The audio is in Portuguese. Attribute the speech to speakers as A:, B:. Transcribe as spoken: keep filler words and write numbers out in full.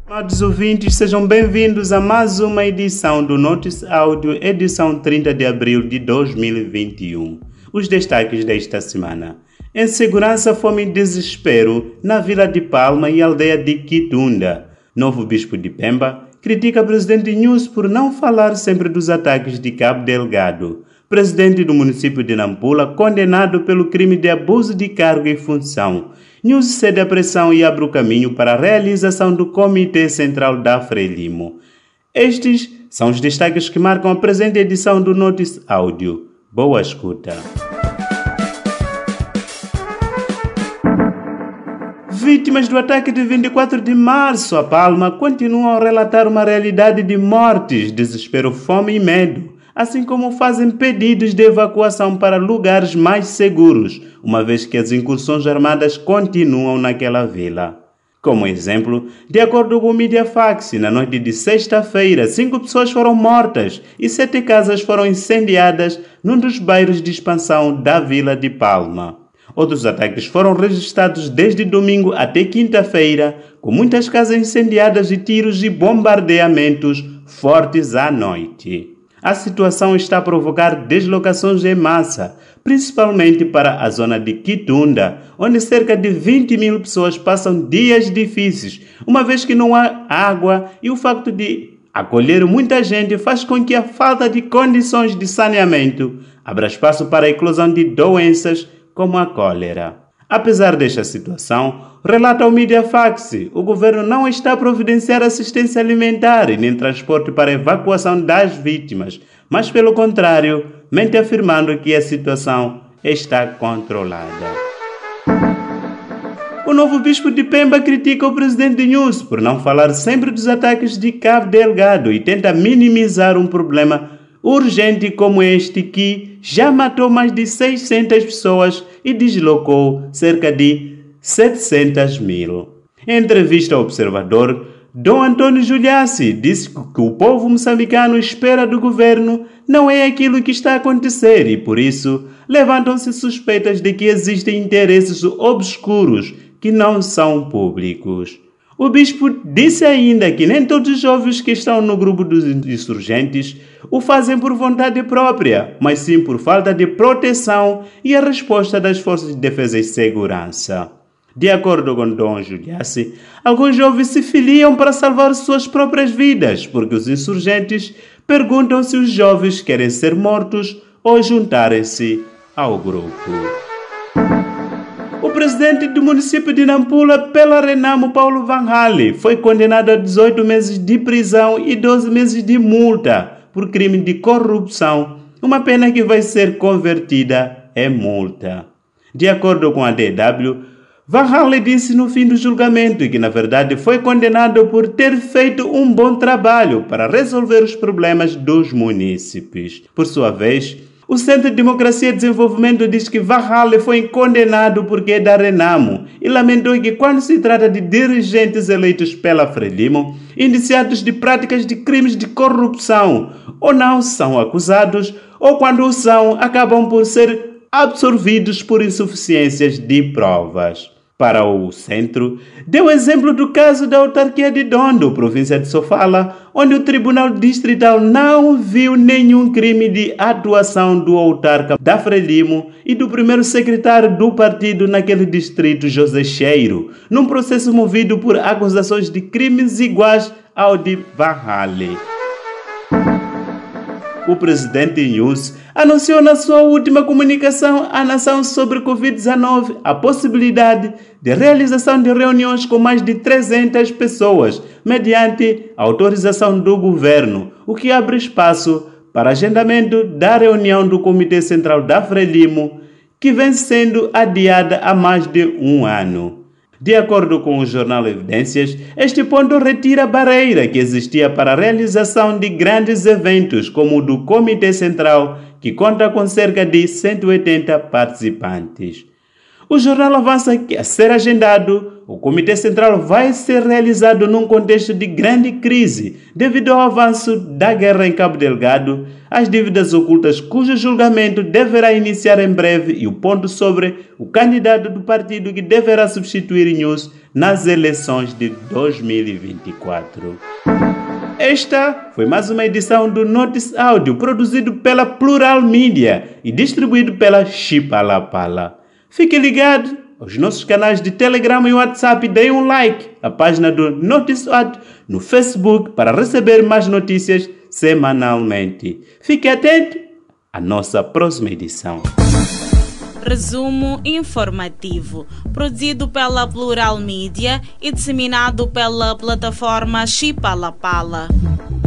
A: Amados ouvintes, sejam bem-vindos a mais uma edição do Notice Áudio, edição trinta de abril de dois mil e vinte e um. Os destaques desta semana. Insegurança, fome e desespero na Vila de Palma e aldeia de Quitunda. Novo bispo de Pemba critica presidente News por não falar sempre dos ataques de Cabo Delgado. Presidente do município de Nampula condenado pelo crime de abuso de cargo e função. News cede a pressão e abre o caminho para a realização do Comitê Central da Frelimo. Estes são os destaques que marcam a presente edição do Notice Áudio. Boa escuta. Vítimas do ataque de vinte e quatro de março a Palma continuam a relatar uma realidade de mortes, desespero, fome e medo, assim como fazem pedidos de evacuação para lugares mais seguros, uma vez que as incursões armadas continuam naquela vila. Como exemplo, de acordo com o Mediafax, na noite de sexta-feira, cinco pessoas foram mortas e sete casas foram incendiadas num dos bairros de expansão da Vila de Palma. Outros ataques foram registrados desde domingo até quinta-feira, com muitas casas incendiadas e tiros e bombardeamentos fortes à noite. A situação está a provocar deslocações em massa, principalmente para a zona de Quitunda, onde cerca de vinte mil pessoas passam dias difíceis, uma vez que não há água e o facto de acolher muita gente faz com que a falta de condições de saneamento abra espaço para a eclosão de doenças como a cólera. Apesar desta situação, relata o Mediafax, o governo não está a providenciar assistência alimentar e nem transporte para a evacuação das vítimas, mas pelo contrário, mente afirmando que a situação está controlada. O novo bispo de Pemba critica o presidente News por não falar sempre dos ataques de Cabo Delgado e tenta minimizar um problema urgente como este que já matou mais de seiscentas pessoas e deslocou cerca de setecentos mil. Em entrevista ao Observador, Dom Antônio Juliassi disse que o povo moçambicano espera do governo não é aquilo que está a acontecer e, por isso, levantam-se suspeitas de que existem interesses obscuros que não são públicos. O bispo disse ainda que nem todos os jovens que estão no grupo dos insurgentes o fazem por vontade própria, mas sim por falta de proteção e a resposta das forças de defesa e segurança. De acordo com Dom Juliassi, alguns jovens se filiam para salvar suas próprias vidas, porque os insurgentes perguntam se os jovens querem ser mortos ou juntarem-se ao grupo. O presidente do município de Nampula, pela Renamo, Paulo Van Hale, foi condenado a dezoito meses de prisão e doze meses de multa por crime de corrupção, uma pena que vai ser convertida em multa. De acordo com a D W, Van Hale disse no fim do julgamento que, na verdade, foi condenado por ter feito um bom trabalho para resolver os problemas dos munícipes. Por sua vez, o Centro de Democracia e Desenvolvimento diz que Van Hale foi condenado porque é da Renamo e lamentou que, quando se trata de dirigentes eleitos pela Frelimo, indiciados de práticas de crimes de corrupção, ou não são acusados, ou quando o são, acabam por ser absorvidos por insuficiências de provas. Para o centro, deu exemplo do caso da autarquia de Dondo, província de Sofala, onde o Tribunal Distrital não viu nenhum crime de atuação do autarca da Frelimo e do primeiro secretário do partido naquele distrito, José Cheiro, num processo movido por acusações de crimes iguais ao de Van Hale. O presidente News anunciou na sua última comunicação à nação sobre covid dezenove a possibilidade de realização de reuniões com mais de trezentas pessoas, mediante autorização do governo, o que abre espaço para agendamento da reunião do Comitê Central da Frelimo, que vem sendo adiada há mais de um ano. De acordo com o jornal Evidências, este ponto retira a barreira que existia para a realização de grandes eventos, como o do Comitê Central, que conta com cerca de cento e oitenta participantes. O jornal avança que, a ser agendado, o Comitê Central vai ser realizado num contexto de grande crise devido ao avanço da guerra em Cabo Delgado, as dívidas ocultas cujo julgamento deverá iniciar em breve e o ponto sobre o candidato do partido que deverá substituir News nas eleições de dois mil e vinte e quatro. Esta foi mais uma edição do Notice Áudio, produzido pela Plural Media e distribuído pela Chipalapala. Fique ligado aos nossos canais de Telegram e WhatsApp e deem um like à página do Notice Áudio no Facebook para receber mais notícias semanalmente. Fique atento à nossa próxima edição.
B: Resumo informativo, produzido pela Plural Media e disseminado pela plataforma Chipalapala.